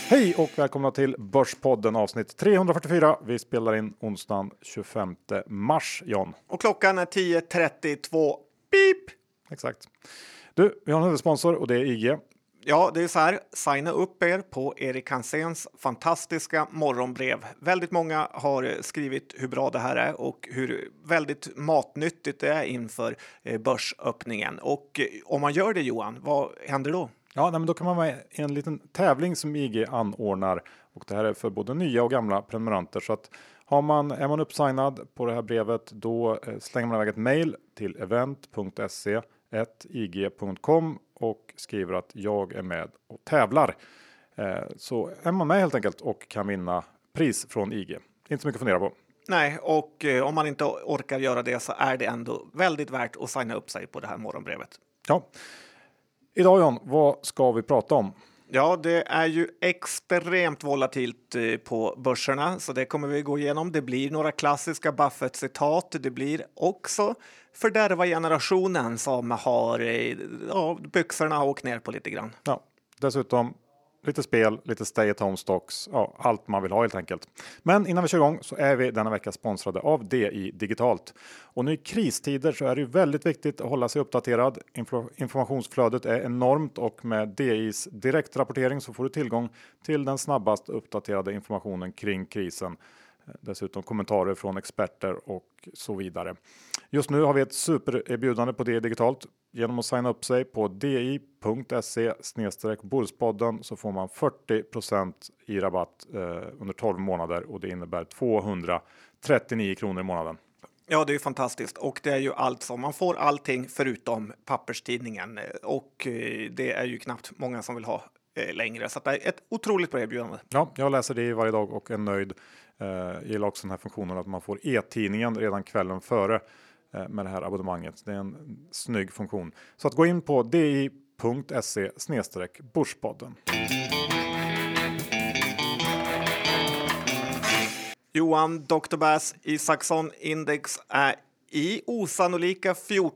Hej och välkomna till Börspodden avsnitt 344. Vi spelar in onsdagen 25 mars, John. Och klockan är 10.32. Pip! Exakt. Du, vi har en huvudsponsor och det är IG. Ja, det är så här. Signa upp er på Erik Hanséns fantastiska morgonbrev. Väldigt många har skrivit hur bra det här är och hur väldigt matnyttigt det är inför börsöppningen. Och om man gör det, Johan, vad händer då? Ja, men då kan man vara med i en liten tävling som IG anordnar. Och det här är för både nya och gamla prenumeranter. Så att är man uppsignad på det här brevet, då slänger man iväg ett mejl till event.se@ig.com och skriver att jag är med och tävlar. Så är man med helt enkelt och kan vinna pris från IG. Inte så mycket att fundera på. Nej, och om man inte orkar göra det så är det ändå väldigt värt att signa upp sig på det här morgonbrevet. Ja. Idag, John, vad ska vi prata om? Ja, det är ju extremt volatilt på börserna, så det kommer vi gå igenom. Det blir några klassiska Buffett-citat. Det blir också fördärva generationen som har byxorna åkt ner på lite grann. Ja, dessutom lite spel, lite stay at home stocks, ja, allt man vill ha helt enkelt. Men innan vi kör igång så är vi denna vecka sponsrade av DI Digitalt. Och nu i kristider så är det ju väldigt viktigt att hålla sig uppdaterad. Informationsflödet är enormt och med DIs direktrapportering så får du tillgång till den snabbast uppdaterade informationen kring krisen. Dessutom kommentarer från experter och så vidare. Just nu har vi ett supererbjudande på DI Digitalt. Genom att signa upp sig på di.se/Börspodden så får man 40% i rabatt under 12 månader och det innebär 239 kronor i månaden. Ja, det är ju fantastiskt och det är ju allt som man får allting förutom papperstidningen och det är ju knappt många som vill ha längre, så det är ett otroligt bra erbjudande. Ja, jag läser det varje dag och är nöjd. Jag gillar också den här funktionen att man får e-tidningen redan kvällen före med det här abonnemanget. Det är en snygg funktion. Så att gå in på di.se/Börspodden. Johan, Dr. Bass Isaksson index är i osannolika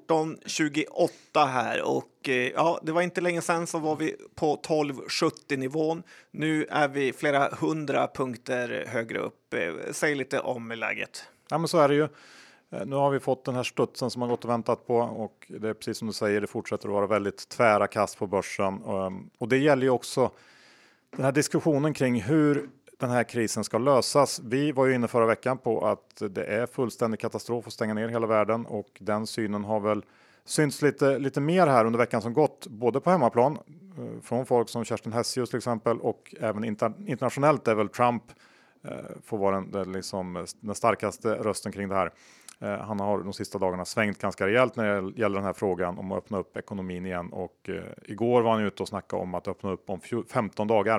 1428 här och ja, det var inte länge sedan så var vi på 1270 nivån. Nu är vi flera 100 punkter högre upp. Säg lite om läget. Ja, men så är det ju. Nu har vi fått den här studsen som man gått och väntat på och det är precis som du säger, det fortsätter att vara väldigt tvära kast på börsen. Och det gäller ju också den här diskussionen kring hur den här krisen ska lösas. Vi var ju inne förra veckan på att det är fullständig katastrof att stänga ner hela världen och den synen har väl synts lite mer här under veckan som gått, både på hemmaplan från folk som Kerstin Hessius till exempel och även internationellt är väl Trump får vara den starkaste rösten kring det här. Han har de sista dagarna svängt ganska rejält när det gäller den här frågan om att öppna upp ekonomin igen och igår var han ute och snackade om att öppna upp om 15 dagar.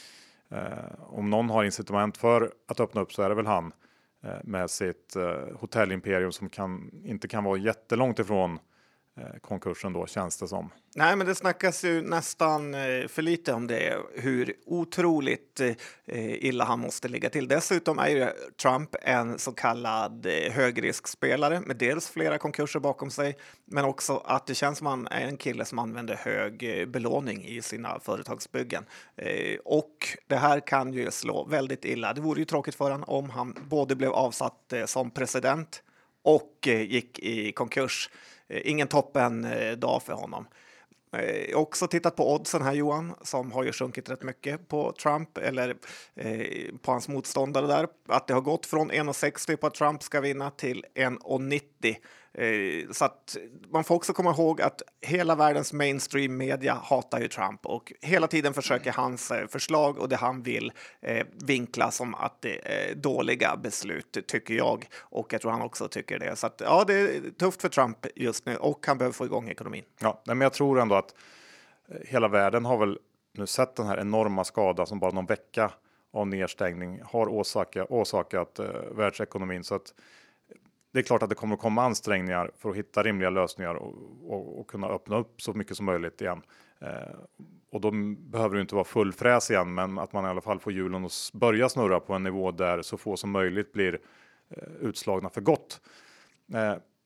Om någon har incitament för att öppna upp så är det väl han med sitt hotellimperium som inte kan vara jättelångt ifrån konkursen då, känns det som. Nej, men det snackas ju nästan för lite om det, hur otroligt illa han måste ligga till. Dessutom är ju Trump en så kallad högriskspelare med dels flera konkurser bakom sig, men också att det känns som han är en kille som använder hög belåning i sina företagsbyggen. Och det här kan ju slå väldigt illa. Det vore ju tråkigt för honom om han både blev avsatt som president och gick i konkurs. Ingen toppen dag för honom. Också tittat på oddsen här, Johan, som har ju sjunkit rätt mycket på Trump eller på hans motståndare där. Att det har gått från 1,60 på att Trump ska vinna till 1,90. Så att man får också komma ihåg att hela världens mainstream media hatar ju Trump och hela tiden försöker hans förslag och det han vill vinkla som att det är dåliga beslut, tycker jag. Och jag tror han också tycker det. Så att ja, det är tufft för Trump just nu och han behöver få igång ekonomin. Ja, men jag tror ändå att hela världen har väl nu sett den här enorma skada som bara någon vecka av nedstängning har orsakat världsekonomin. Så att det är klart att det kommer att komma ansträngningar för att hitta rimliga lösningar och kunna öppna upp så mycket som möjligt igen. Och då behöver det inte vara full fräs igen, men att man i alla fall får hjulen att börja snurra på en nivå där så få som möjligt blir utslagna för gott.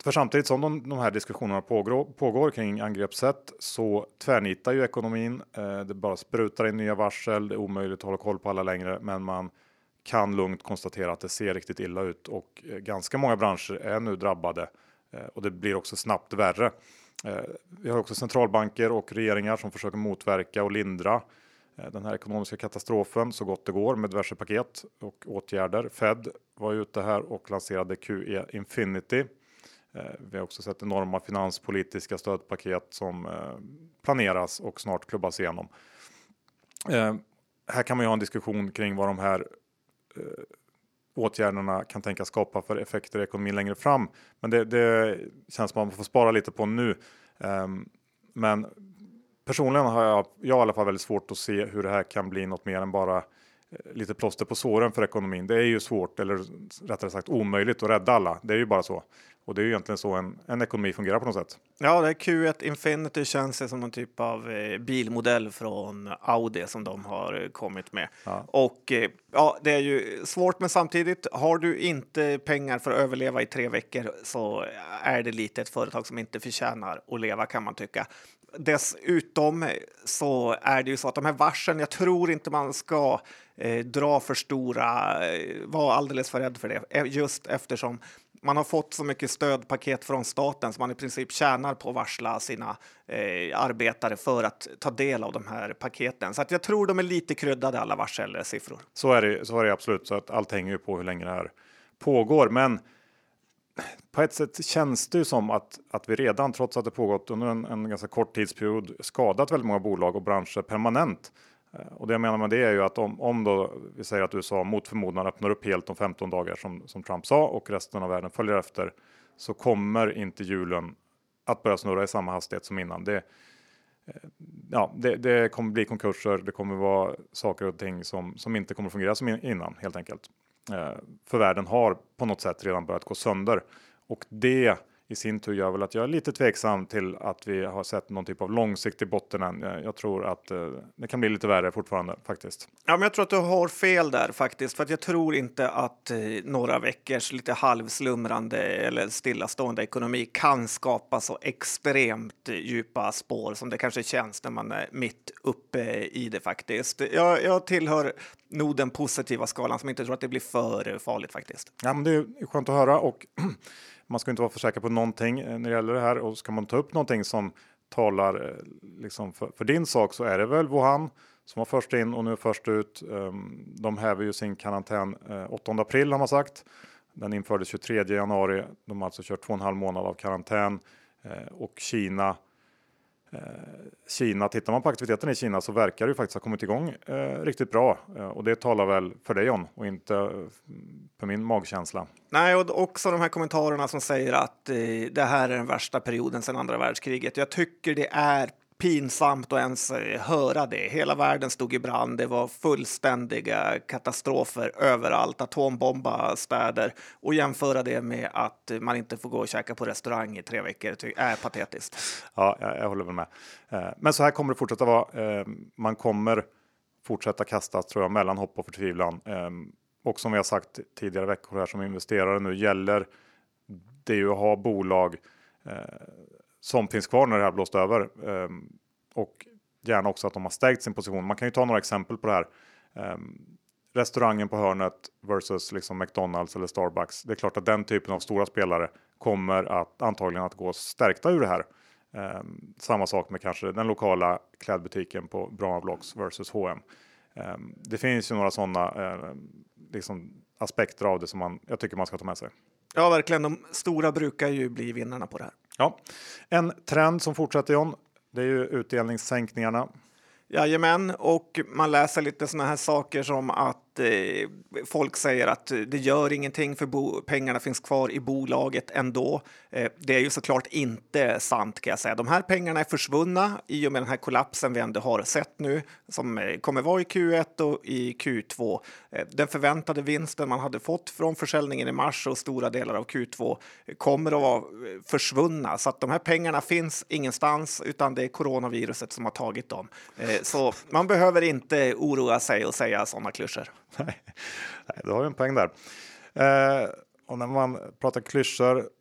För samtidigt som de här diskussionerna pågår kring angreppssätt så tvärnitar ju ekonomin. Det bara sprutar in nya varsel. Det är omöjligt att hålla koll på alla längre, men man kan lugnt konstatera att det ser riktigt illa ut och ganska många branscher är nu drabbade och det blir också snabbt värre. Vi har också centralbanker och regeringar som försöker motverka och lindra den här ekonomiska katastrofen så gott det går med diverse paket och åtgärder. Fed var ute här och lanserade QE Infinity. Vi har också sett enorma finanspolitiska stödpaket som planeras och snart klubbas igenom. Här kan man ju ha en diskussion kring vad de här åtgärderna kan tänka skapa för effekter i ekonomin längre fram. Men det känns som att man får spara lite på nu. Men personligen har jag i alla fall väldigt svårt att se hur det här kan bli något mer än bara lite plåster på såren för ekonomin. Det är ju svårt, eller rättare sagt omöjligt att rädda alla. Det är ju bara så. Och det är ju egentligen så en ekonomi fungerar på något sätt. Ja, det är Q1 Infinity känns som en typ av bilmodell från Audi som de har kommit med. Ja. Och ja, det är ju svårt, men samtidigt har du inte pengar för att överleva i 3 veckor så är det lite ett företag som inte förtjänar att leva, kan man tycka. Dessutom så är det ju så att de här varseln, jag tror inte man ska dra för stora, vara alldeles för rädd för det, just eftersom man har fått så mycket stödpaket från staten så man i princip tjänar på att varsla sina arbetare för att ta del av de här paketen. Så att jag tror de är lite kryddade, alla varselsiffror. Så är det absolut, så att allt hänger ju på hur länge det här pågår. Men på ett sätt känns det ju som att vi redan, trots att det pågått under en ganska kort tidsperiod, skadat väldigt många bolag och branscher permanent. Och det jag menar med det är ju att om då vi säger att USA mot förmodan öppnar upp helt om 15 dagar som Trump sa och resten av världen följer efter, så kommer inte hjulen att börja snurra i samma hastighet som innan. Det kommer bli konkurser, det kommer vara saker och ting som inte kommer fungera som innan helt enkelt. För världen har på något sätt redan börjat gå sönder. Och det i sin tur gör väl att jag är lite tveksam till att vi har sett någon typ av långsiktig botten än. Jag tror att det kan bli lite värre fortfarande faktiskt. Ja, men jag tror att du har fel där faktiskt. För att jag tror inte att några veckors lite halvslumrande eller stillastående ekonomi kan skapa så extremt djupa spår som det kanske känns när man är mitt uppe i det faktiskt. Jag tillhör nog den positiva skalan som inte tror att det blir för farligt faktiskt. Ja, men det är skönt att höra och man ska inte vara för säker på någonting när det gäller det här. Och ska man ta upp någonting som talar liksom för din sak så är det väl Wuhan som var först in och nu först ut. De häver ju sin karantän 8 april har man sagt. Den infördes 23 januari. De har alltså kört 2,5 månader av karantän. Och Kina, tittar man på aktiviteten i Kina så verkar det ju faktiskt ha kommit igång riktigt bra. Och det talar väl för dig John och inte för min magkänsla. Nej, och också de här kommentarerna som säger att det här är den värsta perioden sedan andra världskriget. Jag tycker det är pinsamt att ens höra det. Hela världen stod i brand. Det var fullständiga katastrofer överallt. Atombomba städer. Och jämföra det med att man inte får gå och käka på restaurang i 3 veckor är patetiskt. Ja, jag håller väl med. Men så här kommer det fortsätta vara. Man kommer fortsätta kastas tror jag mellan hopp och förtvivlan. Och som vi har sagt tidigare veckor här som investerare nu gäller det ju att ha bolag som finns kvar när det här blåst över. Och gärna också att de har stärkt sin position. Man kan ju ta några exempel på det här. Restaurangen på hörnet versus liksom McDonalds eller Starbucks. Det är klart att den typen av stora spelare kommer att antagligen att gå stärkta ur det här. Samma sak med kanske den lokala klädbutiken på Bromma Blocks versus H&M. Det finns ju några sådana liksom aspekter av det som jag tycker man ska ta med sig. Ja, verkligen. De stora brukar ju bli vinnarna på det här. Ja, en trend som fortsätter John, det är ju utdelningssänkningarna. Jajamän, och man läser lite såna här saker som att folk säger att det gör ingenting för pengarna finns kvar i bolaget ändå. Det är ju såklart inte sant kan jag säga. De här pengarna är försvunna i och med den här kollapsen vi ändå har sett nu som kommer vara i Q1 och i Q2. Den förväntade vinsten man hade fått från försäljningen i mars och stora delar av Q2 kommer att vara försvunna. Så att de här pengarna finns ingenstans utan det är coronaviruset som har tagit dem. Så man behöver inte oroa sig och säga sådana klyschor. Nej, du har ju en poäng där. Och när man pratar klyschor,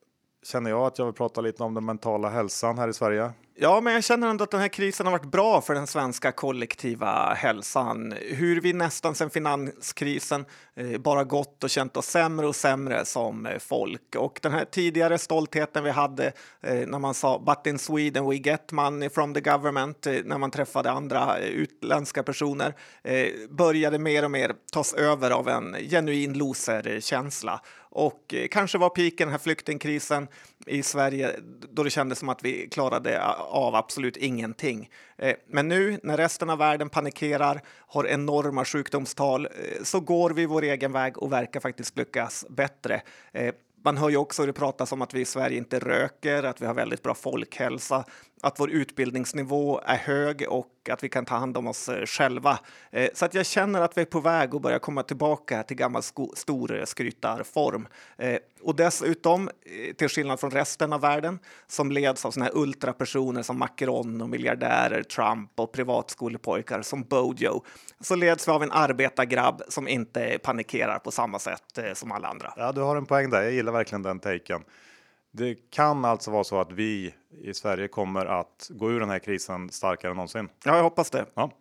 känner jag att jag vill prata lite om den mentala hälsan här i Sverige. Ja, men jag känner ändå att den här krisen har varit bra för den svenska kollektiva hälsan. Hur vi nästan sedan finanskrisen bara gått och känt oss sämre och sämre som folk. Och den här tidigare stoltheten vi hade när man sa "But in Sweden we get money from the government" när man träffade andra utländska personer började mer och mer tas över av en genuin loserkänsla. Och kanske var piken den här flyktingkrisen i Sverige då det kändes som att vi klarade av absolut ingenting. Men nu när resten av världen panikerar, har enorma sjukdomstal, så går vi vår egen väg och verkar faktiskt lyckas bättre. Man hör ju också hur det pratas om att vi i Sverige inte röker, att vi har väldigt bra folkhälsa, att vår utbildningsnivå är hög och att vi kan ta hand om oss själva. Så att jag känner att vi är på väg att börja komma tillbaka till gammal stor skrytarform. Och dessutom, till skillnad från resten av världen, som leds av såna här ultrapersoner som Macron och miljardärer, Trump och privatskolepojkar som Bojo, så leds vi av en arbetargrabb som inte panikerar på samma sätt som alla andra. Ja, du har en poäng där. Jag gillar verkligen den taken. Det kan alltså vara så att vi i Sverige kommer att gå ur den här krisen starkare än någonsin. Ja, jag hoppas det. Ja.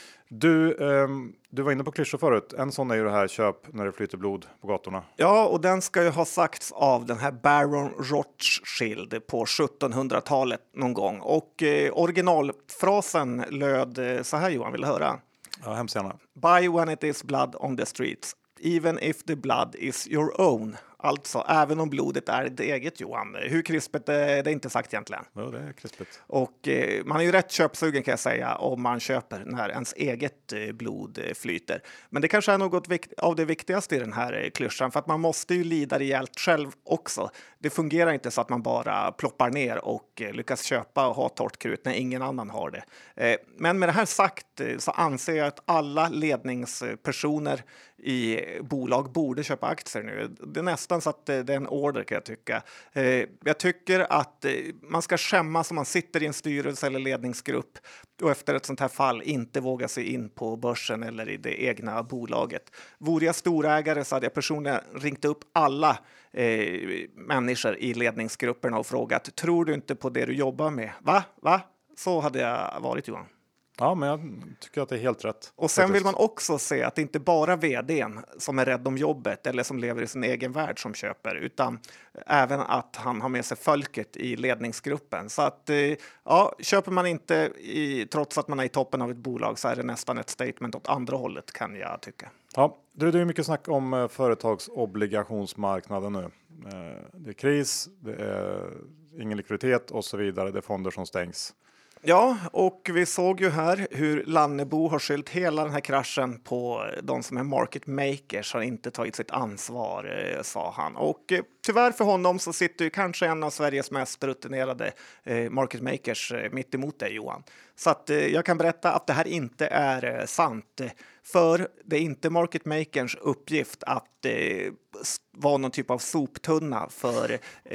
Du var inne på klyschor förut. En sån är ju det här köp när det flyter blod på gatorna. Ja, och den ska ju ha sagts av den här Baron Rothschild på 1700-talet någon gång. Och originalfrasen löd så här, Johan, vill du höra? Ja, hemskt gärna. Buy when it is blood on the streets, even if the blood is your own. Alltså, även om blodet är ditt eget, Johan. Hur krispet är det inte sagt egentligen. Ja, det är krispigt. Och man är ju rätt köpsugen kan jag säga om man köper när ens eget blod flyter. Men det kanske är något av det viktigaste i den här klyschan, för att man måste ju lida rejält själv också. Det fungerar inte så att man bara ploppar ner och lyckas köpa och ha torrt krut när ingen annan har det. Men med det här sagt så anser jag att alla ledningspersoner i bolag borde köpa aktier nu. Det är nästan så att det är en order kan jag tycka. Jag tycker att man ska skämmas om man sitter i en styrelse eller ledningsgrupp och efter ett sånt här fall inte vågar sig in på börsen eller i det egna bolaget. Vore jag storägare så hade jag personligen ringt upp alla människor i ledningsgrupperna och frågat: tror du inte på det du jobbar med? Va? Så hade jag varit, Johan. Ja, men jag tycker att det är helt rätt. Och sen vill man också se att det inte bara vdn som är rädd om jobbet eller som lever i sin egen värld som köper, utan även att han har med sig folket i ledningsgruppen. Så att ja, köper man inte trots att man är i toppen av ett bolag så är det nästan ett statement åt andra hållet kan jag tycka. Ja, det är mycket snack om företagsobligationsmarknaden nu. Det är kris, det är ingen likviditet och så vidare. Det är fonder som stängs. Ja, och vi såg ju här hur Lannebo har skyllt hela den här kraschen på de som är market makers, har inte tagit sitt ansvar, sa han. Och tyvärr för honom så sitter ju kanske en av Sveriges mest rutinerade market makers mitt emot dig, Johan. Så att jag kan berätta att det här inte är sant. För det är inte market makers uppgift att vara någon typ av soptunna för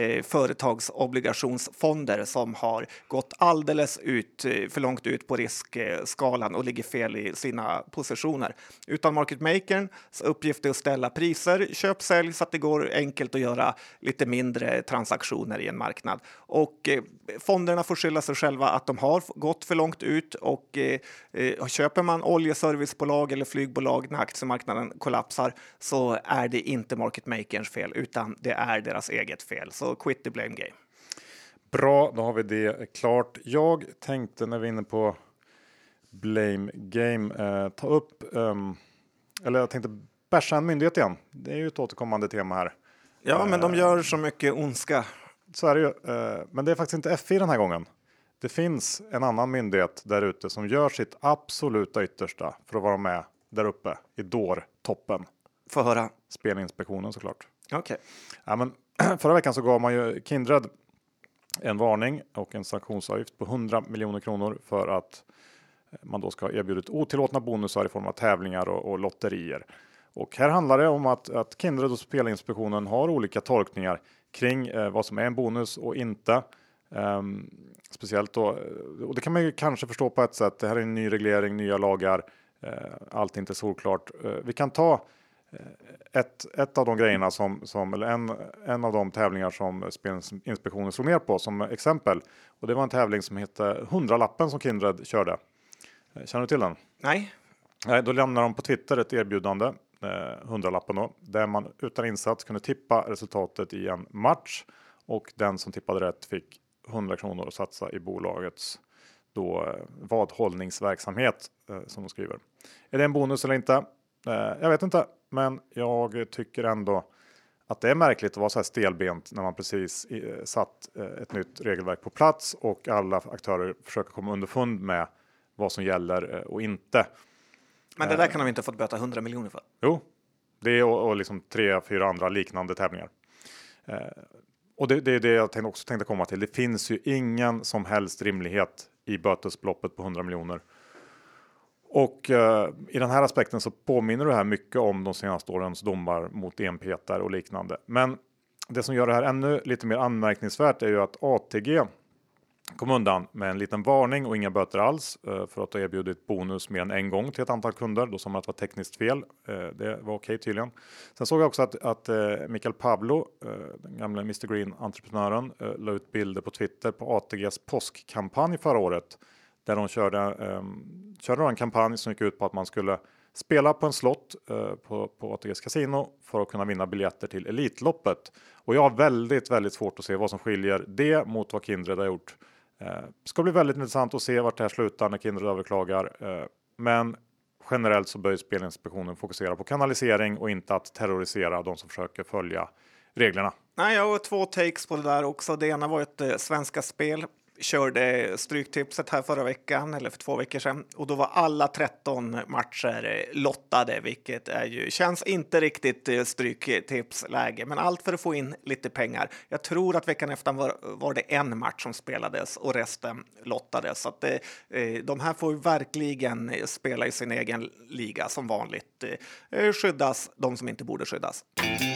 företagsobligationsfonder som har gått alldeles för långt ut på riskskalan och ligger fel i sina positioner. Utan market makerns uppgift är att ställa priser, köp, sälj så att det går enkelt att göra lite mindre transaktioner i en marknad. Och fonderna får skylla sig själva att de har gått för långt ut och köper man oljeservicebolag eller flygbolag när aktiemarknaden kollapsar så är det inte market makers fel utan det är deras eget fel. Så quit the blame game. Bra, då har vi det klart. Jag tänkte när vi är inne på blame game ta upp eller jag tänkte bärsa en myndighet igen. Det är ju ett återkommande tema här. Ja, men de gör så mycket ondska. Så är det ju. Men det är faktiskt inte FI den här gången. Det finns en annan myndighet där ute som gör sitt absoluta yttersta för att vara med där uppe i toppen. Få höra. Spelinspektionen såklart. Okej. Ja, men förra veckan så gav man ju Kindred en varning och en sanktionsavgift på 100 miljoner kronor för att man då ska ha erbjudit otillåtna bonusar i form av tävlingar och lotterier. Och här handlar det om att Kindred och Spelinspektionen har olika tolkningar kring vad som är en bonus och inte. Speciellt då, och det kan man ju kanske förstå på ett sätt. Det här är en ny reglering, nya lagar. Allt är inte solklart. Vi kan ta Ett av de grejerna eller en av de tävlingar som Spelinspektionen slog ner på som exempel. Och det var en tävling som hette 100-lappen som Kindred körde. Känner du till den? Nej. Nej, då lämnar de på Twitter ett erbjudande, 100-lappen då, där man utan insats kunde tippa resultatet i en match. Och den som tippade rätt fick 100 kronor att satsa i bolagets vadhållningsverksamhet som de skriver. Är det en bonus eller inte? Jag vet inte, men jag tycker ändå att det är märkligt att vara så här stelbent när man precis satt ett nytt regelverk på plats och alla aktörer försöker komma underfund med vad som gäller och inte. Men det där kan de inte fått böta 100 miljoner för. Jo, det är och liksom 3-4 andra liknande tävlingar. Och det är det jag också tänkte komma till. Det finns ju ingen som helst rimlighet i bötesbeloppet på 100 miljoner. Och i den här aspekten så påminner det här mycket om de senaste årens domar mot enpetar och liknande. Men det som gör det här ännu lite mer anmärkningsvärt är ju att ATG kom undan med en liten varning och inga böter alls för att ha erbjudit bonus mer än en gång till ett antal kunder. Då sa man att det var tekniskt fel. Det var okej tydligen. Sen såg jag också att Mikael Pavlo, den gamla Mr. Green-entreprenören, la ut bilder på Twitter på ATGs påskkampanj förra året. Där de körde en kampanj som gick ut på att man skulle spela på en slott på ATGs kasino för att kunna vinna biljetter till Elitloppet. Och jag har väldigt, väldigt svårt att se vad som skiljer det mot vad Kindred har gjort. Ska bli väldigt intressant att se vart det här slutar när Kindred överklagar. Men generellt så bör Spelinspektionen fokusera på kanalisering och inte att terrorisera de som försöker följa reglerna. Nej, jag har 2 takes på det där också. Det ena var ett Svenska Spel körde stryktipset här förra veckan eller för 2 veckor sedan och då var alla 13 matcher lottade, vilket känns inte riktigt stryktipsläge, men allt för att få in lite pengar. Jag tror att veckan efter var det en match som spelades och resten lottades, så att de här får verkligen spela i sin egen liga som vanligt. Skyddas de som inte borde skyddas.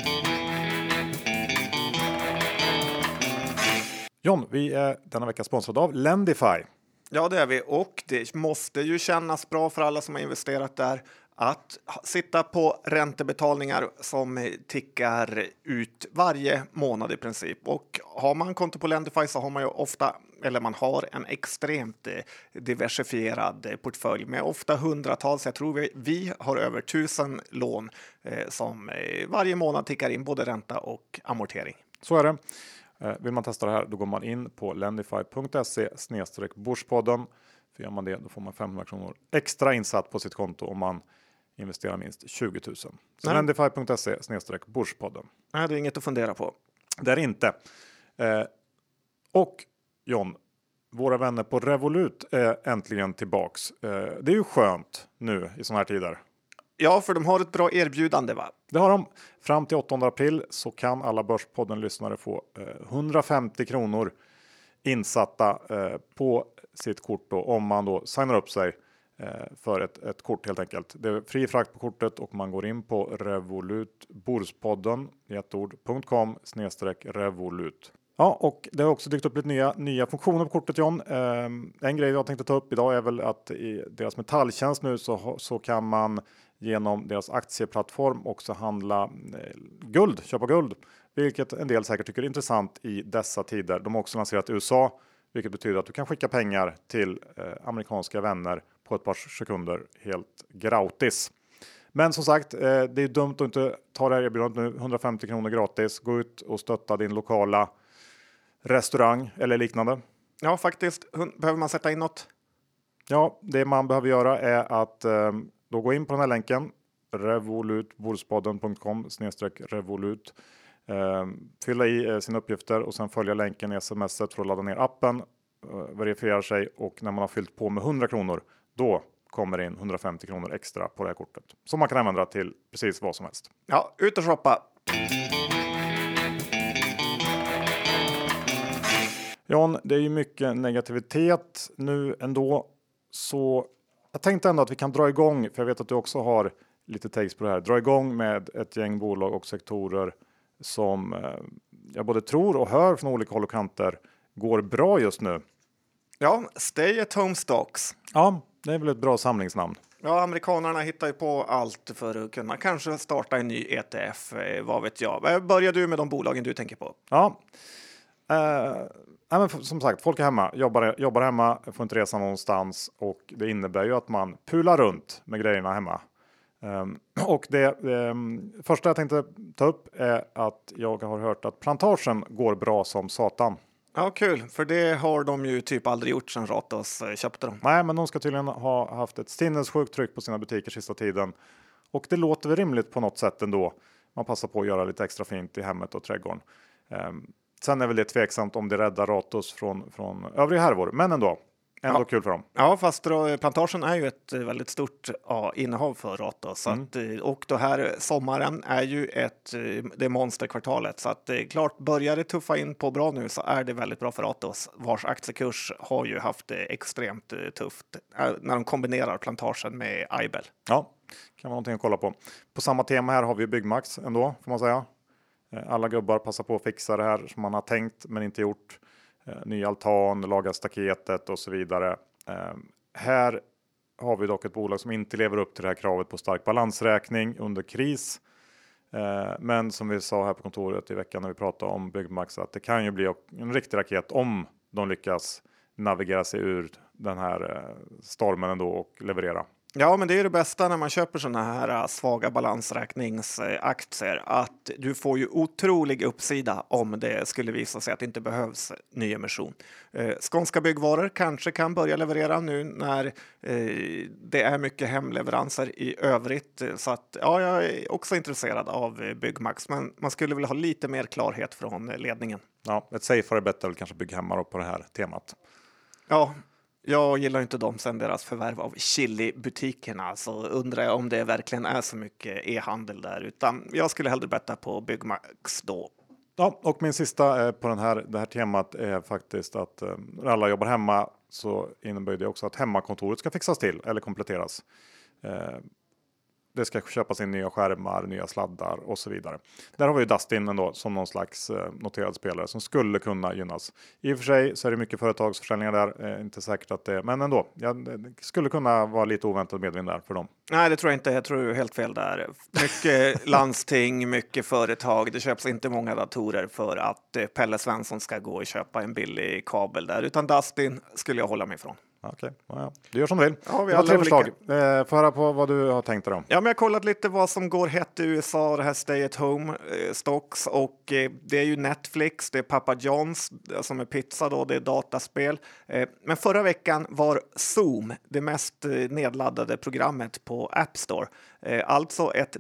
John, vi är denna vecka sponsrade av Lendify. Ja, det är vi, och det måste ju kännas bra för alla som har investerat där att sitta på räntebetalningar som tickar ut varje månad i princip. Och har man konto på Lendify så har man ju man har en extremt diversifierad portfölj med ofta hundratals, jag tror vi har över 1000 lån som varje månad tickar in både ränta och amortering. Så är det. Vill man testa det här, då går man in på lendify.se/Börspodden. För gör man det, då får man 500 kronor extra insatt på sitt konto om man investerar minst 20 000. Så lendify.se/Börspodden. Nej, det är inget att fundera på. Det är inte. Och John, våra vänner på Revolut är äntligen tillbaks. Det är ju skönt nu i såna här tider. Ja, för de har ett bra erbjudande, va? Det har de. Fram till 8 april så kan alla Börspodden-lyssnare få 150 kronor insatta på sitt kort då, om man då signar upp sig för ett kort helt enkelt. Det är fri frakt på kortet och man går in på revolutborspodden i ett ord.com/revolut. Ja, och det har också dykt upp lite nya funktioner på kortet, John. En grej jag tänkte ta upp idag är väl att i deras metalltjänst nu så kan man genom deras aktieplattform också handla guld, köpa guld. Vilket en del säkert tycker är intressant i dessa tider. De har också lanserat USA, vilket betyder att du kan skicka pengar till amerikanska vänner på ett par sekunder helt gratis. Men som sagt, det är dumt att inte ta det här erbjudandet nu. 150 kronor gratis. Gå ut och stötta din lokala restaurang eller liknande. Ja, faktiskt. Behöver man sätta in något? Ja, det man behöver göra är att då gå in på den här länken revolutborspodden.com/revolut. Fylla i sina uppgifter och sen följa länken i smset för att ladda ner appen, verifiera sig, och när man har fyllt på med 100 kronor då kommer det in 150 kronor extra på det här kortet som man kan använda till precis vad som helst. Ja, ut och shoppa! John, det är ju mycket negativitet nu ändå, så jag tänkte ändå att vi kan dra igång, för jag vet att du också har lite takes på det här. Dra igång med ett gäng bolag och sektorer som jag både tror och hör från olika håll och kanter går bra just nu. Ja, Stay at Home Stocks. Ja, det är väl ett bra samlingsnamn. Ja, amerikanerna hittar ju på allt för att kunna kanske starta en ny ETF, vad vet jag. Börjar du med de bolagen du tänker på? Ja, men som sagt, folk är hemma, jobbar hemma, får inte resa någonstans och det innebär ju att man pular runt med grejerna hemma. Och det första jag tänkte ta upp är att jag har hört att Plantagen går bra som satan. Ja, kul, för det har de ju typ aldrig gjort sedan Ratos köpte dem. Nej, men de ska tydligen ha haft ett sinnessjukt tryck på sina butiker sista tiden. Och det låter väl rimligt på något sätt ändå. Man passar på att göra lite extra fint i hemmet och trädgården. Sen är väl det tveksamt om det räddar Ratos från övriga härvor, men ändå kul för dem. Ja, fast Plantagen är ju ett väldigt stort innehav för Ratos. Och då här sommaren är ju det monsterkvartalet. Så att klart, börjar det tuffa in på bra nu så är det väldigt bra för Ratos, vars aktiekurs har ju haft det extremt tufft när de kombinerar Plantagen med Aibel. Ja, kan vara någonting att kolla på. På samma tema här har vi Byggmax ändå, får man säga. Alla gubbar passar på att fixa det här som man har tänkt men inte gjort. Ny altan, laga staketet och så vidare. Här har vi dock ett bolag som inte lever upp till det här kravet på stark balansräkning under kris. Men som vi sa här på kontoret i veckan när vi pratade om Byggmax, att det kan ju bli en riktig raket om de lyckas navigera sig ur den här stormen ändå och leverera. Ja, men det är det bästa när man köper såna här svaga balansräkningsaktier, att du får ju otrolig uppsida om det skulle visa sig att det inte behövs nyemission. Skånska Byggvaror kanske kan börja leverera nu när det är mycket hemleveranser i övrigt. Så att, ja, jag är också intresserad av Byggmax, men man skulle väl ha lite mer klarhet från ledningen. Ja, ett safeare bet är väl kanske Bygghemma på det här temat. Ja. Jag gillar inte dem sen deras förvärv av Chili-butikerna, så undrar jag om det verkligen är så mycket e-handel där, utan jag skulle hellre betta på Byggmax då. Ja, och min sista på det här temat är faktiskt att när alla jobbar hemma så innebär det också att hemmakontoret ska fixas till eller kompletteras. Det ska köpas in nya skärmar, nya sladdar och så vidare. Där har vi ju Dustin ändå som någon slags noterad spelare som skulle kunna gynnas. I och för sig så är det mycket företagsförsäljningar där. Inte säkert att det, men ändå. Det skulle kunna vara lite oväntad medvind där för dem. Nej, det tror jag inte. Jag tror du är helt fel där. Mycket landsting, mycket företag. Det köps inte många datorer för att Pelle Svensson ska gå och köpa en billig kabel där. Utan Dustin skulle jag hålla mig ifrån. Okej, ja. Du gör som du vill. Ja, vi har 3 förslag. Få höra på vad du har tänkt dig då. Ja, men jag har kollat lite vad som går hett i USA, det här Stay at Home stocks, och det är ju Netflix, det är Papa John's som är pizza då, det är dataspel. Men förra veckan var Zoom det mest nedladdade programmet på App Store. Alltså ett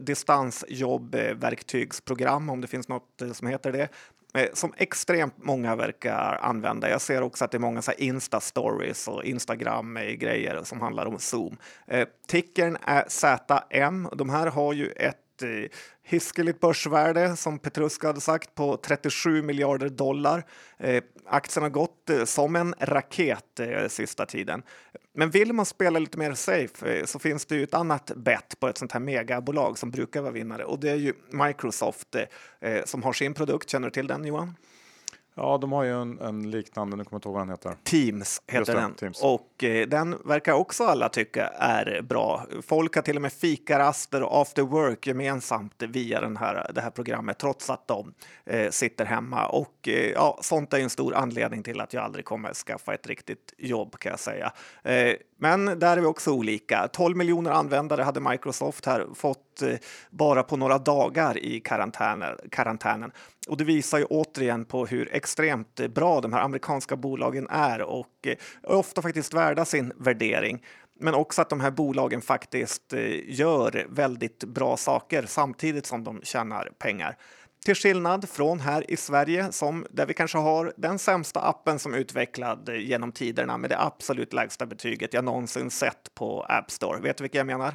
distansjobbverktygsprogram, om det finns något som heter det. Som extremt många verkar använda. Jag ser också att det är många så här Insta-stories och Instagram-grejer som handlar om Zoom. Tickern är ZM. De här har ju ett hiskeligt börsvärde, som Petruska hade sagt, på 37 miljarder dollar. Aktien har gått som en raket sista tiden. Men vill man spela lite mer safe så finns det ju ett annat bet på ett sånt här megabolag som brukar vara vinnare. Och det är ju Microsoft som har sin produkt. Känner du till den, Johan? Ja, de har ju en liknande, nu kommer jag inte ihåg vad den heter. Teams heter den. Teams. Och den verkar också alla tycka är bra. Folk har till och med fikaraster och after work gemensamt via det här programmet, trots att de sitter hemma. Och sånt är en stor anledning till att jag aldrig kommer skaffa ett riktigt jobb, kan jag säga. Men där är vi också olika. 12 miljoner användare hade Microsoft här fått bara på några dagar i karantänen. Och det visar ju återigen på hur extremt bra de här amerikanska bolagen är och är ofta faktiskt värda sin värdering. Men också att de här bolagen faktiskt gör väldigt bra saker samtidigt som de tjänar pengar. Till skillnad från här i Sverige, där vi kanske har den sämsta appen som utvecklad genom tiderna med det absolut lägsta betyget jag någonsin sett på App Store. Vet du vilka jag menar?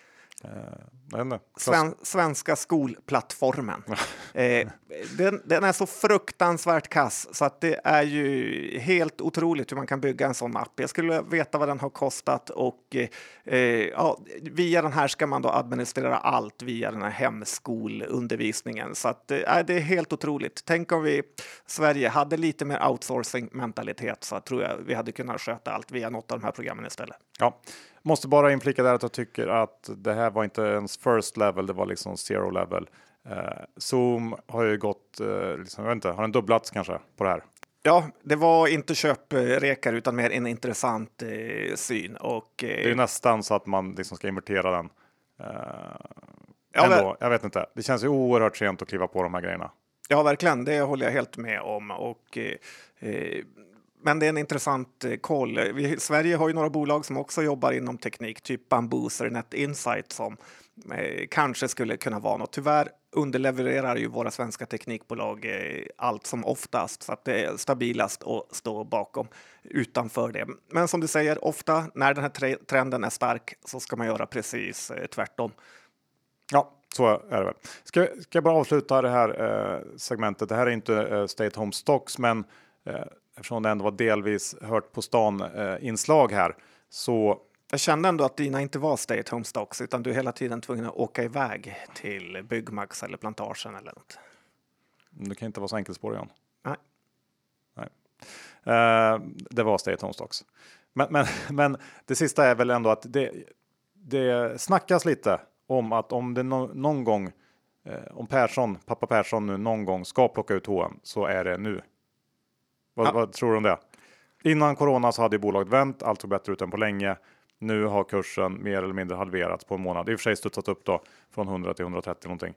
Svenska skolplattformen. Den är så fruktansvärt kass så att det är ju helt otroligt hur man kan bygga en sån app. Jag skulle veta vad den har kostat och via den här ska man då administrera allt via den här hemskolundervisningen. Så att det är helt otroligt. Tänk om vi Sverige hade lite mer outsourcing-mentalitet, så tror jag vi hade kunnat sköta allt via något av de här programmen istället. Ja. Måste bara inflika där att jag tycker att det här var inte ens first level, det var liksom zero level. Zoom har ju gått, liksom, jag vet inte, har den dubblats kanske på det här? Ja, det var inte köprekar utan mer en intressant syn. Och, det är ju nästan så att man liksom ska invertera den. Jag vet inte, det känns ju oerhört sent att kliva på de här grejerna. Ja, verkligen, det håller jag helt med om. Men det är en intressant koll. Sverige har ju några bolag som också jobbar inom teknik, typ Bambuser, Net Insight, som kanske skulle kunna vara något. Tyvärr underlevererar ju våra svenska teknikbolag allt som oftast, så att det är stabilast att stå bakom utanför det. Men som du säger, ofta när den här trenden är stark så ska man göra precis tvärtom. Ja, så är det väl. Ska jag bara avsluta det här segmentet. Det här är inte Stay at Home Stocks, men eftersom det ändå var delvis hört på stan inslag här, så jag kände ändå att dina inte var Stay at Home Stocks, utan du är hela tiden tvungen att åka iväg till Byggmax eller Plantagen eller något. Det kan inte vara så enkelspårig, Jan. Nej. Det var Stay at Home Stocks. Men det sista är väl ändå att det snackas lite om att om det någon gång, om pappa Persson nu någon gång ska plocka ut H&M, så är det nu. Vad tror du om det? Innan corona så hade ju bolaget vänt, allt såg bättre ut än på länge. Nu har kursen mer eller mindre halverats på en månad. Det är i och för sig studsat upp då från 100 till 130 någonting.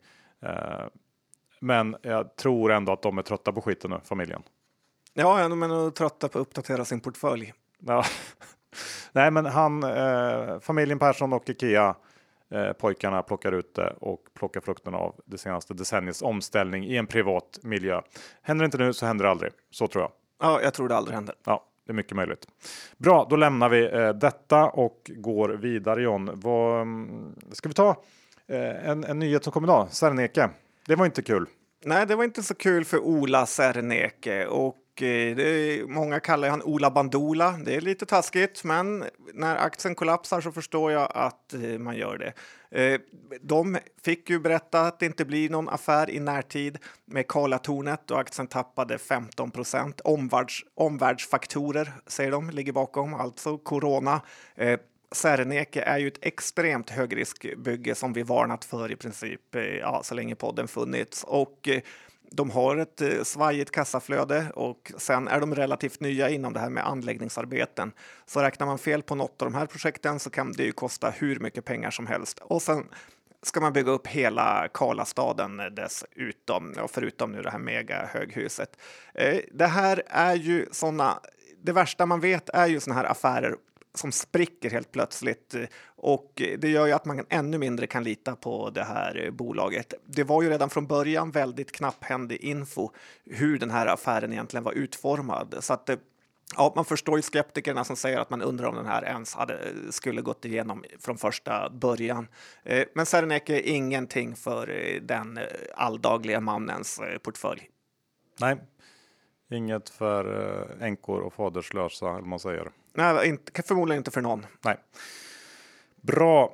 Men jag tror ändå att de är trötta på skiten nu, familjen. Ja, de är trötta på att uppdatera sin portfölj. Ja. Nej, men familjen Persson och Ikea, pojkarna plockar ut det och plockar frukten av det senaste decenniets omställning i en privat miljö. Händer det inte nu så händer det aldrig. Så tror jag. Ja, jag tror det aldrig händer. Ja, det är mycket möjligt. Bra, då lämnar vi detta och går vidare, John. Ska vi ta en nyhet som kom idag? Serneke. Det var inte kul. Nej, det var inte så kul för Ola Serneke, och många kallar han Ola Bandula. Det är lite taskigt, men när aktien kollapsar så förstår jag att man gör det. De fick ju berätta att det inte blir någon affär i närtid med Karlatornet, och aktien tappade 15%. Omvärldsfaktorer, säger de, ligger bakom, alltså corona. Serneke är ju ett extremt högriskbygge som vi varnat för i princip så länge podden funnits, och de har ett svajigt kassaflöde, och sen är de relativt nya inom det här med anläggningsarbeten. Så räknar man fel på något av de här projekten så kan det ju kosta hur mycket pengar som helst. Och sen ska man bygga upp hela Karlastaden dessutom, förutom nu det här mega höghuset. Det här är ju det värsta man vet är ju såna här affärer som spricker helt plötsligt, och det gör ju att man ännu mindre kan lita på det här bolaget. Det var ju redan från början väldigt knapphändig info hur den här affären egentligen var utformad, så att man förstår ju skeptikerna som säger att man undrar om den här ens skulle gått igenom från första början. Men Serneke är ingenting för den alldagliga mannens portfölj. Nej, inget för änkor och faderslösa, eller man säger. Nej, förmodligen inte för någon. Nej. Bra.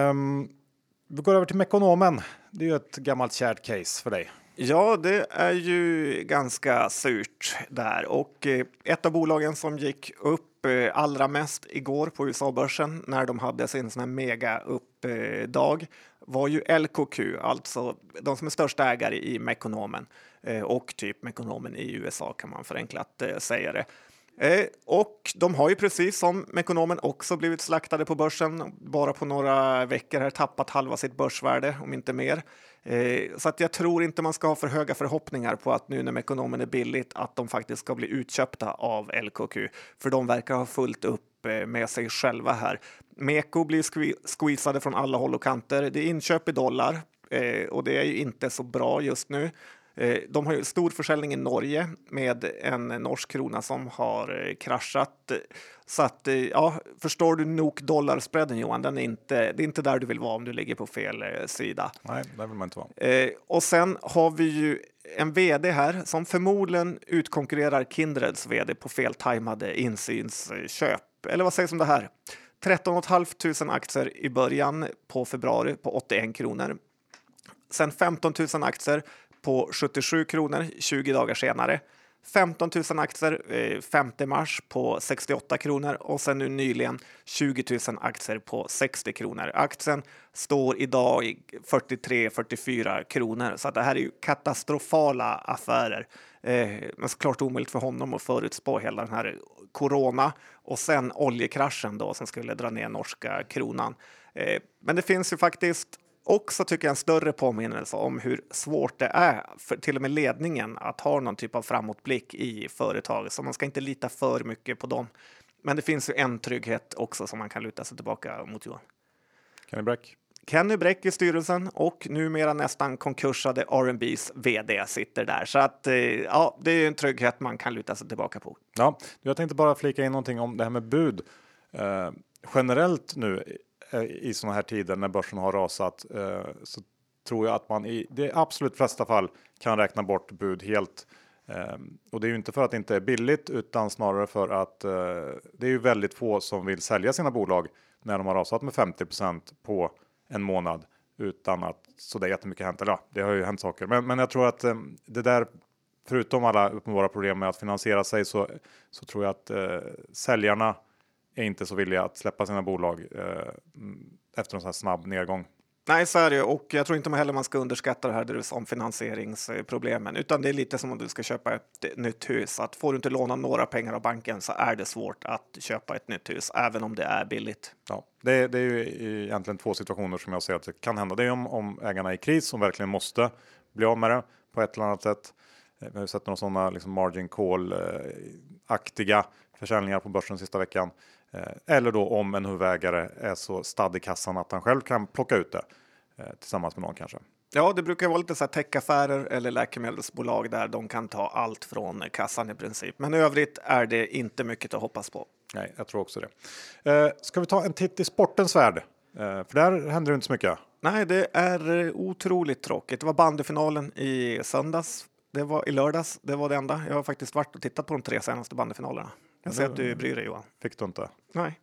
Vi går över till Mekonomen. Det är ju ett gammalt kärt case för dig. Ja, det är ju ganska surt där, och ett av bolagen som gick upp allra mest igår på USA-börsen när de hade sin sån här mega uppdag var ju LKQ, alltså de som är största ägare i Mekonomen, och typ Mekonomen i USA kan man förenklat säga det. Och de har ju precis som Mekonomen också blivit slaktade på börsen. Bara på några veckor har tappat halva sitt börsvärde, om inte mer. Så att jag tror inte man ska ha för höga förhoppningar på att nu när Mekonomen är billigt att de faktiskt ska bli utköpta av LKQ. För de verkar ha fullt upp med sig själva här. Meko blir squeezade från alla håll och kanter. Det är inköp i dollar, och det är ju inte så bra just nu. De har ju stor försäljning i Norge med en norsk krona som har kraschat. Så att, förstår du nog dollarspreaden, Johan? Det är inte där du vill vara om du ligger på fel sida. Nej, där vill man inte vara. Och sen har vi ju en vd här som förmodligen utkonkurrerar Kindreds vd på feltajmade insynsköp. Eller vad sägs om det här? 13 500 aktier i början på februari på 81 kronor. Sen 15 000 aktier på 77 kronor 20 dagar senare. 15 000 aktier 5 mars på 68 kronor och sen nu nyligen 20 000 aktier på 60 kronor. Aktien står idag i 43-44 kronor, så att det här är ju katastrofala affärer. Men såklart omöjligt för honom att förutspå hela den här corona och sen oljekraschen då som skulle dra ner norska kronan. Men det finns ju faktiskt också, tycker jag, en större påminnelse om hur svårt det är för till och med ledningen att ha någon typ av framåtblick i företaget. Så man ska inte lita för mycket på dem. Men det finns ju en trygghet också som man kan luta sig tillbaka mot, Johan. Kenny Bräck i styrelsen och numera nästan konkursade R&B's vd sitter där. Så att ja, det är en trygghet man kan luta sig tillbaka på. Ja, jag tänkte bara flika in någonting om det här med bud. Generellt nu i såna här tider när börsen har rasat så tror jag att man i det absolut flesta fall kan räkna bort bud helt. Och det är ju inte för att det inte är billigt utan snarare för att det är ju väldigt få som vill sälja sina bolag när de har rasat med 50% på en månad utan att så det är jättemycket hänt. Eller ja, det har ju hänt saker. Men jag tror att det där, förutom alla uppenbara problem med att finansiera sig, så tror jag att säljarna är inte så villiga att släppa sina bolag efter en sån här snabb nedgång. Nej, så är det, och jag tror inte heller man ska underskatta det här om finansieringsproblemen, utan det är lite som om du ska köpa ett nytt hus. Att får du inte låna några pengar av banken så är det svårt att köpa ett nytt hus, även om det är billigt. Ja, det är ju egentligen två situationer som jag ser att det kan hända. Det är om ägarna är i kris som verkligen måste bli av med det på ett eller annat sätt. Vi har sett några sådana liksom margin call-aktiga försäljningar på börsen sista veckan. Eller då om en huvudägare är så stadd i kassan att han själv kan plocka ut det tillsammans med någon kanske. Ja, det brukar vara lite så här techaffärer eller läkemedelsbolag där de kan ta allt från kassan i princip. Men i övrigt är det inte mycket att hoppas på. Nej, jag tror också det. Ska vi ta en titt i sportens värld? För där händer det inte så mycket. Nej, det är otroligt tråkigt. Det var bandyfinalen i söndags. Det var i lördags. Det var det enda. Jag har faktiskt varit och tittat på de 3 senaste bandyfinalerna. Jag ser att du bryr dig, Johan. Fick du inte? Nej.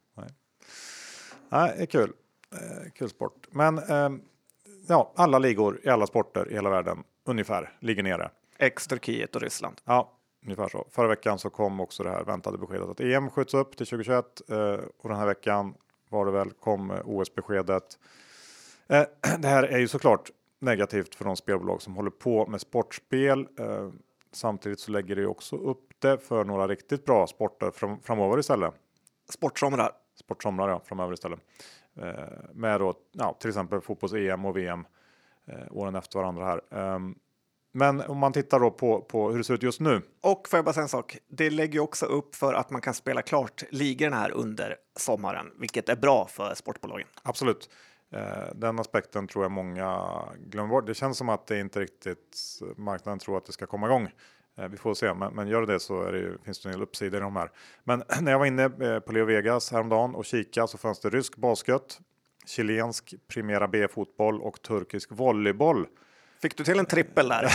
Nej, det är kul. Kul sport. Men ja, alla ligor i alla sporter i hela världen ungefär ligger nere. Ex Turkiet och Ryssland. Ja, ungefär så. Förra veckan så kom också det här väntade beskedet att EM skjuts upp till 2021. Och den här veckan var det väl kom OS-beskedet. Det här är ju såklart negativt för de spelbolag som håller på med sportspel. Samtidigt så lägger det också upp det för några riktigt bra sporter framöver istället. Sportsomrar, ja, framöver istället. Med då, ja, till exempel fotbolls-EM och VM åren efter varandra här. Men om man tittar då på hur det ser ut just nu. Och får jag bara säga en sak. Det lägger ju också upp för att man kan spela klart ligorna här under sommaren. Vilket är bra för sportbolagen. Absolut. Den aspekten tror jag många glömmer bort. Det känns som att det inte riktigt marknaden tror att det ska komma igång. Vi får se, men gör det så finns det en del uppsidor i de här. Men när jag var inne på Leo Vegas häromdagen och kika så fanns det rysk basket, chilensk Primera B-fotboll och turkisk volleyboll. Fick du till en trippel där?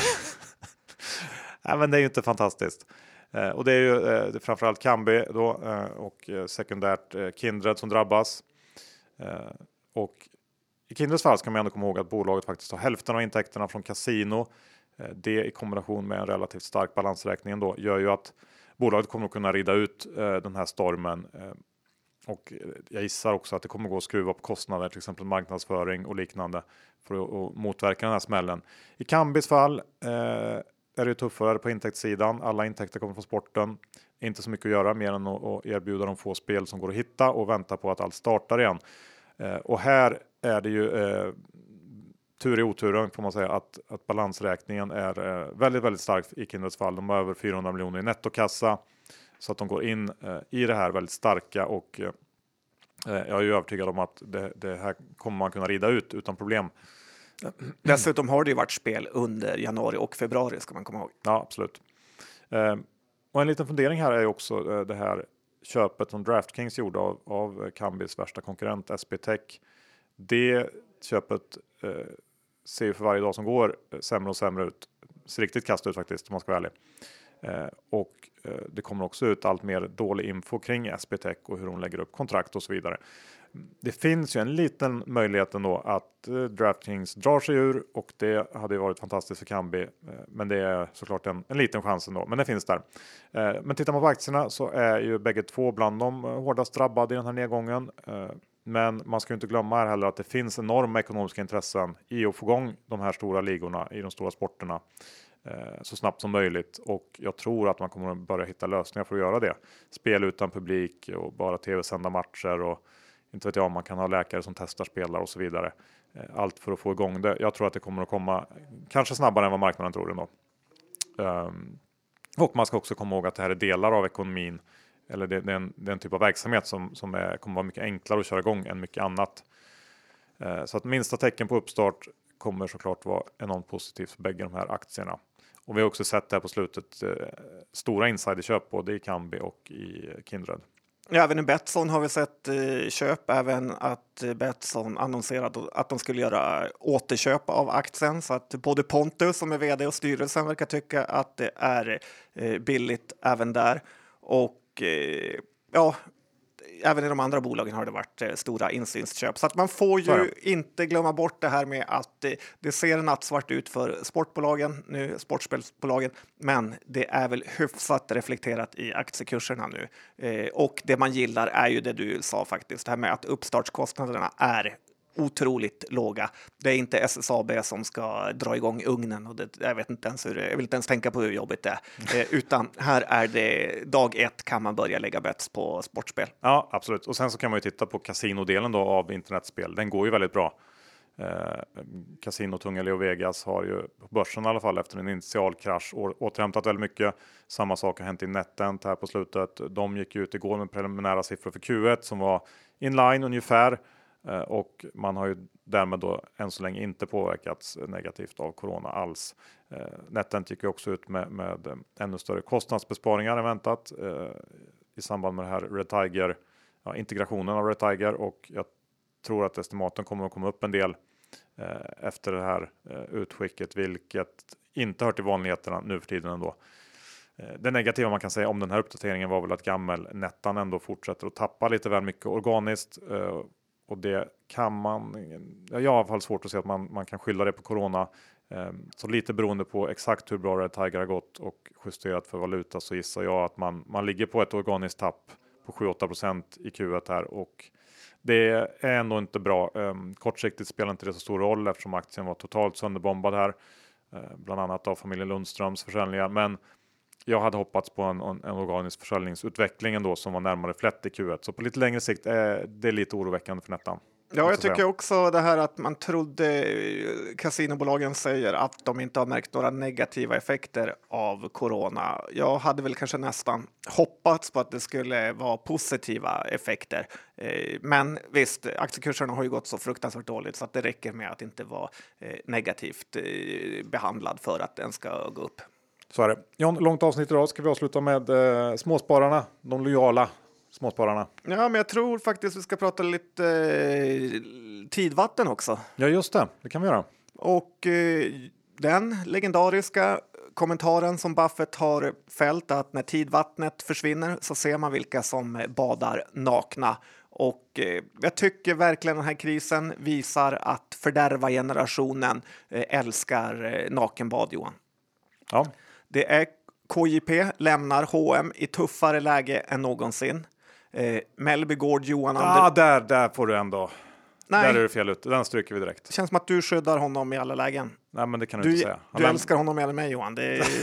Nej, men det är ju inte fantastiskt. Och det är ju framförallt Kambi då och sekundärt Kindred som drabbas. Och i Kindreds fall ska man ändå komma ihåg att bolaget faktiskt har hälften av intäkterna från kasino. Det i kombination med en relativt stark balansräkning då gör ju att bolaget kommer att kunna rida ut den här stormen. Och jag gissar också att det kommer gå att skruva upp kostnader, till exempel marknadsföring och liknande, för att motverka den här smällen. I Kambis fall är det tuffare på intäktssidan. Alla intäkter kommer från sporten. Inte så mycket att göra mer än att erbjuda de få spel som går att hitta och vänta på att allt startar igen. Och här är det ju tur i oturen får man säga att balansräkningen är väldigt, väldigt stark i Kindreds fall. De har över 400 miljoner i nettokassa så att de går in i det här väldigt starka och jag är ju övertygad om att det här kommer man kunna rida ut utan problem. Dessutom har det ju varit spel under januari och februari ska man komma ihåg. Ja, absolut. Och en liten fundering här är ju också det här köpet som DraftKings gjorde av Kambis värsta konkurrent SBTech. Det köpet ser ju för varje dag som går sämre och sämre ut. Ser riktigt kast ut faktiskt om man ska vara ärlig. Och det kommer också ut allt mer dålig info kring SBTech och hur de lägger upp kontrakt och så vidare. Det finns ju en liten möjlighet ändå att DraftKings drar sig ur och det hade ju varit fantastiskt för Kambi. Men det är såklart en liten chans ändå, men det finns där. Men tittar man på aktierna så är ju bägge två bland de hårdast drabbade i den här nedgången. Men man ska ju inte glömma här heller att det finns enorma ekonomiska intressen i att få igång de här stora ligorna i de stora sporterna så snabbt som möjligt. Och jag tror att man kommer att börja hitta lösningar för att göra det. Spel utan publik och bara tv-sända matcher och inte vet jag om man kan ha läkare som testar spelare och så vidare. Allt för att få igång det. Jag tror att det kommer att komma kanske snabbare än vad marknaden tror ändå. Och man ska också komma ihåg att det här är delar av ekonomin. Eller det är en typ av verksamhet som kommer vara mycket enklare att köra igång än mycket annat. Så att minsta tecken på uppstart kommer såklart vara enormt positivt för bägge de här aktierna. Och vi har också sett det här på slutet stora insiderköp både i Kambi och i Kindred. Ja, även i Betsson har vi sett köp, även att Betsson annonserade att de skulle göra återköp av aktien. Så att både Pontus som är vd och styrelsen verkar tycka att det är billigt även där. Och ja, även i de andra bolagen har det varit stora insynsköp. Så att man får ju inte glömma bort det här med att det ser nattsvart ut för sportbolagen, nu sportspelsbolagen, men det är väl hyfsat reflekterat i aktiekurserna nu. Och det man gillar är ju det du sa faktiskt, det här med att uppstartskostnaderna är otroligt låga. Det är inte SSAB som ska dra igång ugnen och jag vet inte ens jag vill inte ens tänka på hur jobbigt det är. Utan här är det dag ett kan man börja lägga bets på sportspel. Ja, absolut. Och sen så kan man ju titta på kasinodelen då av internetspel. Den går ju väldigt bra. Casinotunga Leo Vegas har ju på börsen i alla fall efter en initial krasch återhämtat väldigt mycket. Samma sak har hänt i NetEnt här på slutet. De gick ut igår med preliminära siffror för Q1 som var inline ungefär. Och man har ju därmed då än så länge inte påverkats negativt av corona alls. NetEnt gick ju också ut med ännu större kostnadsbesparingar än väntat i samband med det här Red Tiger, integrationen av Red Tiger, och jag tror att estimaten kommer att komma upp en del efter det här utskicket, vilket inte hör till vanligheterna nu för tiden ändå. Det negativa man kan säga om den här uppdateringen var väl att gammelnettan ändå fortsätter att tappa lite väl mycket organiskt. Och det kan jag har i alla fall svårt att se att man kan skylla det på corona. Så lite beroende på exakt hur bra Red Tiger har gått och justerat för valuta så gissar jag att man ligger på ett organiskt tapp på 7-8% i Q1 här. Och det är ändå inte bra. Kortsiktigt spelar inte det så stor roll eftersom aktien var totalt sönderbombad här. Bland annat av familjen Lundströms försäljningar. Men jag hade hoppats på en organisk försäljningsutveckling ändå som var närmare flätt i Q1. Så på lite längre sikt är det lite oroväckande för Nettan. Ja, jag tycker också det här att man trodde, kasinobolagen säger att de inte har märkt några negativa effekter av corona. Jag hade väl kanske nästan hoppats på att det skulle vara positiva effekter. Men visst, aktiekurserna har ju gått så fruktansvärt dåligt så att det räcker med att inte vara negativt behandlad för att den ska gå upp. Så är det. John, långt avsnitt idag. Ska vi avsluta med småspararna, de lojala småspararna. Ja, men jag tror faktiskt vi ska prata lite tidvatten också. Ja, just det. Det kan vi göra. Och den legendariska kommentaren som Buffett har fällt att när tidvattnet försvinner så ser man vilka som badar nakna. Och jag tycker verkligen den här krisen visar att fördärva generationen älskar nakenbad, Johan. Ja. Det är KJP lämnar H&M i tuffare läge än någonsin. Mellby Gård, Johan Andersson. Där får du ändå. Nej. Där är det fel ut. Den stryker vi direkt. Det känns som att du skyddar honom i alla lägen. Nej, men det kan du inte säga. Du älskar honom mer än mig, Johan. Det är...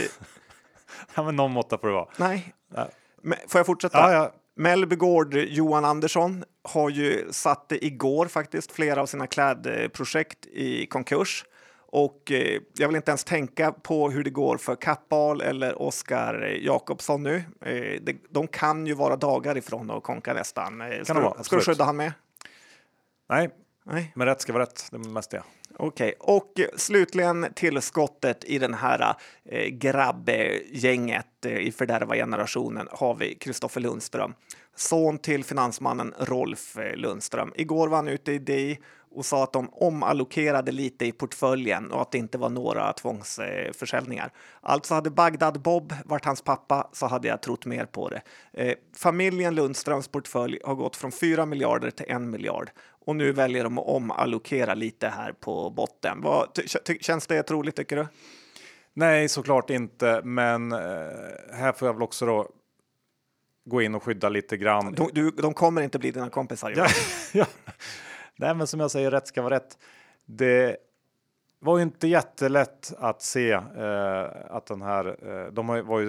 Ja, men någon måtta får det vara. Nej. Men, får jag fortsätta? Ja. Mellby Gård, Johan Andersson har ju satt igår faktiskt flera av sina klädprojekt i konkurs. Och jag vill inte ens tänka på hur det går för Kappahl eller Oskar Jakobsson nu. De kan ju vara dagar ifrån och konka nästan. Ska du skydda han med? Nej, men rätt ska vara rätt. Det är mest det. Okej, och slutligen tillskottet i den här grabbgänget i fördärva generationen har vi Kristoffer Lundström. Son till finansmannen Rolf Lundström. Igår var han ute i DI och sa att de omallokerade lite i portföljen och att det inte var några tvångsförsäljningar. Alltså hade Bagdad Bob varit hans pappa så hade jag trott mer på det. Familjen Lundströms portfölj har gått från 4 miljarder till 1 miljard och nu väljer de att omallokera lite här på botten. Känns det troligt tycker du? Nej, såklart inte, men här får jag väl också då gå in och skydda lite grann. De kommer inte bli dina kompisar. Ja. Nej, men som jag säger, rätt ska vara rätt. Det var ju inte jättelätt att se att den här, de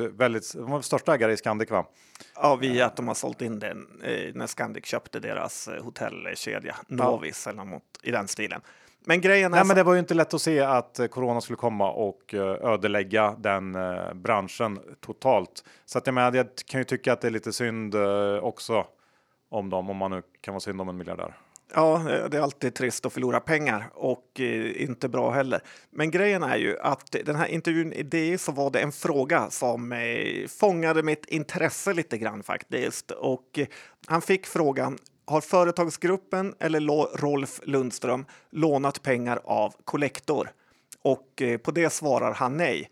var största ägare i Scandic, va? Ja, via att de har sålt in den när Scandic köpte deras hotellkedja, Novis eller något i den stilen. Men grejen är men det var ju inte lätt att se att corona skulle komma och ödelägga den branschen totalt. Så att jag kan ju tycka att det är lite synd också om dem, om man nu kan vara synd om en miljardär. Ja, det är alltid trist att förlora pengar och inte bra heller. Men grejen är ju att den här intervjun i DI så var det en fråga som fångade mitt intresse lite grann faktiskt. Och han fick frågan: har företagsgruppen eller Rolf Lundström lånat pengar av Collector? Och på det svarar han nej.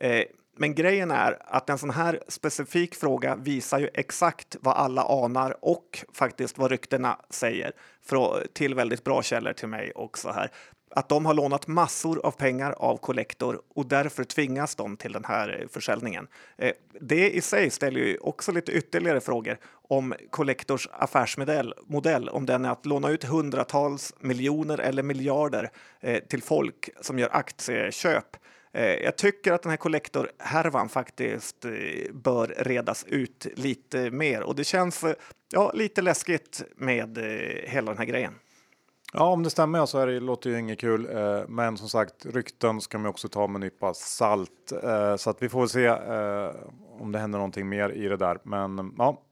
Men grejen är att en sån här specifik fråga visar ju exakt vad alla anar och faktiskt vad ryktena säger till väldigt bra källor till mig också här. Att de har lånat massor av pengar av Collector och därför tvingas de till den här försäljningen. Det i sig ställer ju också lite ytterligare frågor om Collectors affärsmodell, om den är att låna ut hundratals miljoner eller miljarder till folk som gör aktieköp. Jag tycker att den här Collector-härvan faktiskt bör redas ut lite mer och det känns lite läskigt med hela den här grejen. Ja, om det stämmer så låter ju inget kul. Men som sagt, rykten ska man också ta med en nypa salt. Så att vi får se om det händer någonting mer i det där. Men ja,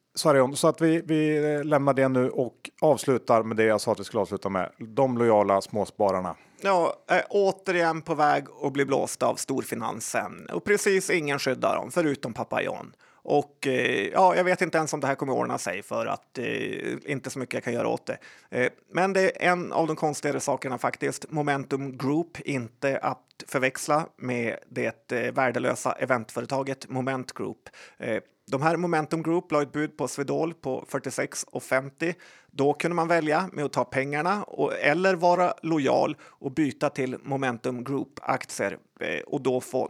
så att vi lämnar det nu och avslutar med det jag sa att vi skulle avsluta med. De lojala småspararna. Ja, är återigen på väg att bli blåst av storfinansen. Och precis ingen skyddar dem, förutom pappa John. Och jag vet inte ens om det här kommer ordna sig för att inte så mycket jag kan göra åt det. Men det är en av de konstigare sakerna faktiskt. Momentum Group, inte att förväxla med det värdelösa eventföretaget Moment Group. De här Momentum Group la ett bud på Swedol på 46,50. Då kunde man välja med att ta pengarna eller vara lojal och byta till Momentum Group-aktier och då få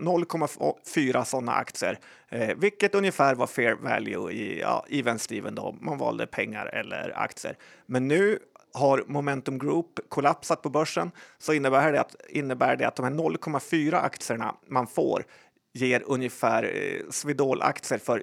0,4 sådana aktier, vilket ungefär var fair value i Steven då man valde pengar eller aktier. Men nu har Momentum Group kollapsat på börsen, så innebär det att de här 0,4 aktierna man får ger ungefär Swedol-aktier för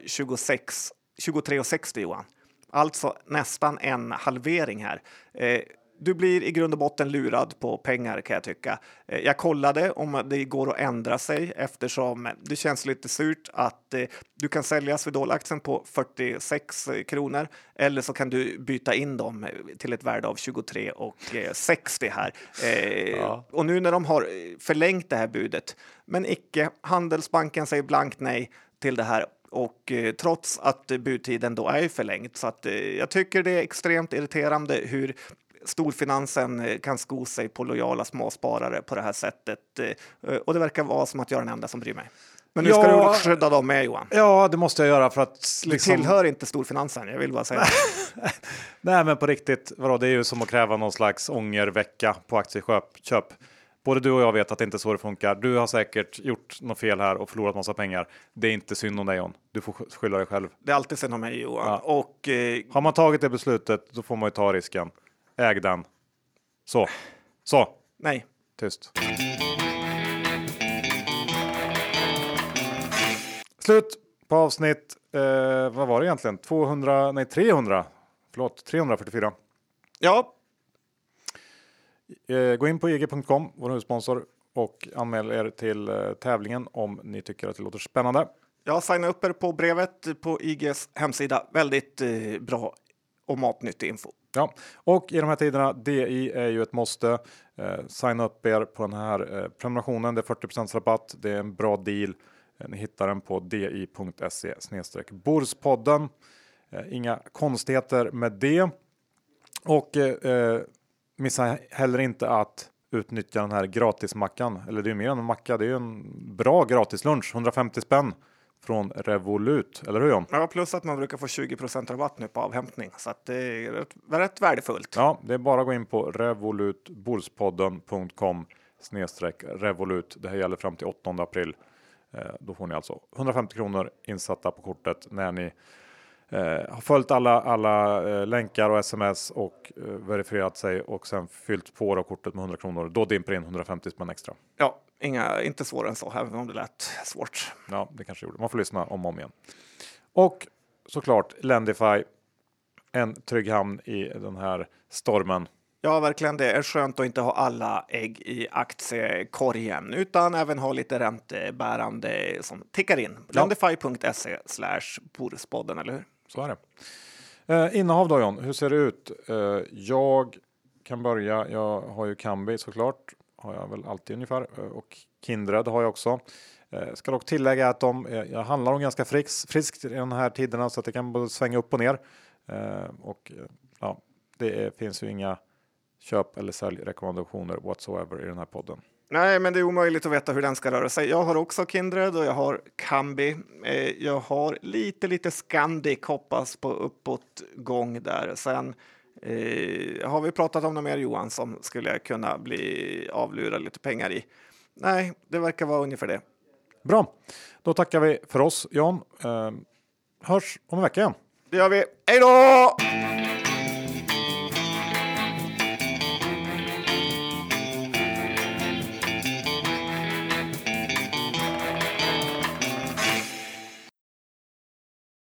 23,60 Johan. Alltså nästan en halvering här. Du blir i grund och botten lurad på pengar kan jag tycka. Jag kollade om det går att ändra sig eftersom det känns lite surt att du kan sälja Swedol-aktien på 46 kronor eller så kan du byta in dem till ett värde av 23,60 här. Ja. Och nu när de har förlängt det här budet, men icke, Handelsbanken säger blankt nej till det här. Och trots att budtiden då är förlängt, så att jag tycker det är extremt irriterande hur storfinansen kan sko sig på lojala småsparare på det här sättet. Och det verkar vara som att jag är den enda som bryr mig. Men nu ska du skydda dem med, Johan. Ja, det måste jag göra för att... Du tillhör inte storfinansen, jag vill bara säga. Nej, men på riktigt, det är ju som att kräva någon slags ångervecka på aktieköp. Både du och jag vet att det inte är så det funkar. Du har säkert gjort något fel här och förlorat massa pengar. Det är inte synd om dig, John. Du får skylla dig själv. Det är alltid synd om mig, Johan. Ja. Och, har man tagit det beslutet, då får man ju ta risken. Äg den. Så. Nej. Tyst. Slut på avsnitt. Vad var det egentligen? 344. Ja. Gå in på ig.com, vår huvudsponsor, och anmäl er till tävlingen om ni tycker att det låter spännande. Jag signar upp er på brevet på IGs hemsida. Väldigt bra och matnyttig info. Ja, och i de här tiderna, DI är ju ett måste. Signa upp er på den här prenumerationen. Det är 40% rabatt. Det är en bra deal. Ni hittar den på di.se/Borspodden. Inga konstigheter med det. Och missa heller inte att utnyttja den här gratismackan. Eller det är mer än en macka, det är ju en bra gratislunch. 150 spänn från Revolut, eller hur John? Ja, plus att man brukar få 20% rabatt nu på avhämtning. Så att det är rätt värdefullt. Ja, det är bara att gå in på revolutbordspodden.com/revolut. Det här gäller fram till 8 april. Då får ni alltså 150 kronor insatta på kortet när ni har följt alla länkar och sms och verifierat sig och sen fyllt på då kortet med 100 kronor. Då dimper in 150 spänn extra. Ja, inte svårare än så, även om det lät svårt. Ja, det kanske gjorde. Man får lyssna om och om igen. Och såklart Lendify, en trygg hamn i den här stormen. Ja, verkligen. Det är skönt att inte ha alla ägg i aktiekorgen utan även ha lite räntebärande som tickar in. Ja. Lendify.se/Börspodden, eller hur? Så är det. Innehav då John, hur ser det ut? Jag kan börja. Jag har ju Kambi såklart. Har jag väl alltid ungefär. Och Kindred har jag också. Ska dock tillägga att jag handlar om ganska friskt i de här tiderna så att det kan både svänga upp och ner. Det finns ju inga köp- eller säljrekommendationer whatsoever i den här podden. Nej, men det är omöjligt att veta hur den ska röra sig. Jag har också Kindred och jag har Kambi. Jag har lite Scandic, hoppas på uppåtgång där. Sen har vi pratat om något mer, Johan, som skulle kunna bli avlurad lite pengar i. Nej, det verkar vara ungefär det. Bra, då tackar vi för oss John. Hörs om en vecka igen. Det gör vi. Hej då!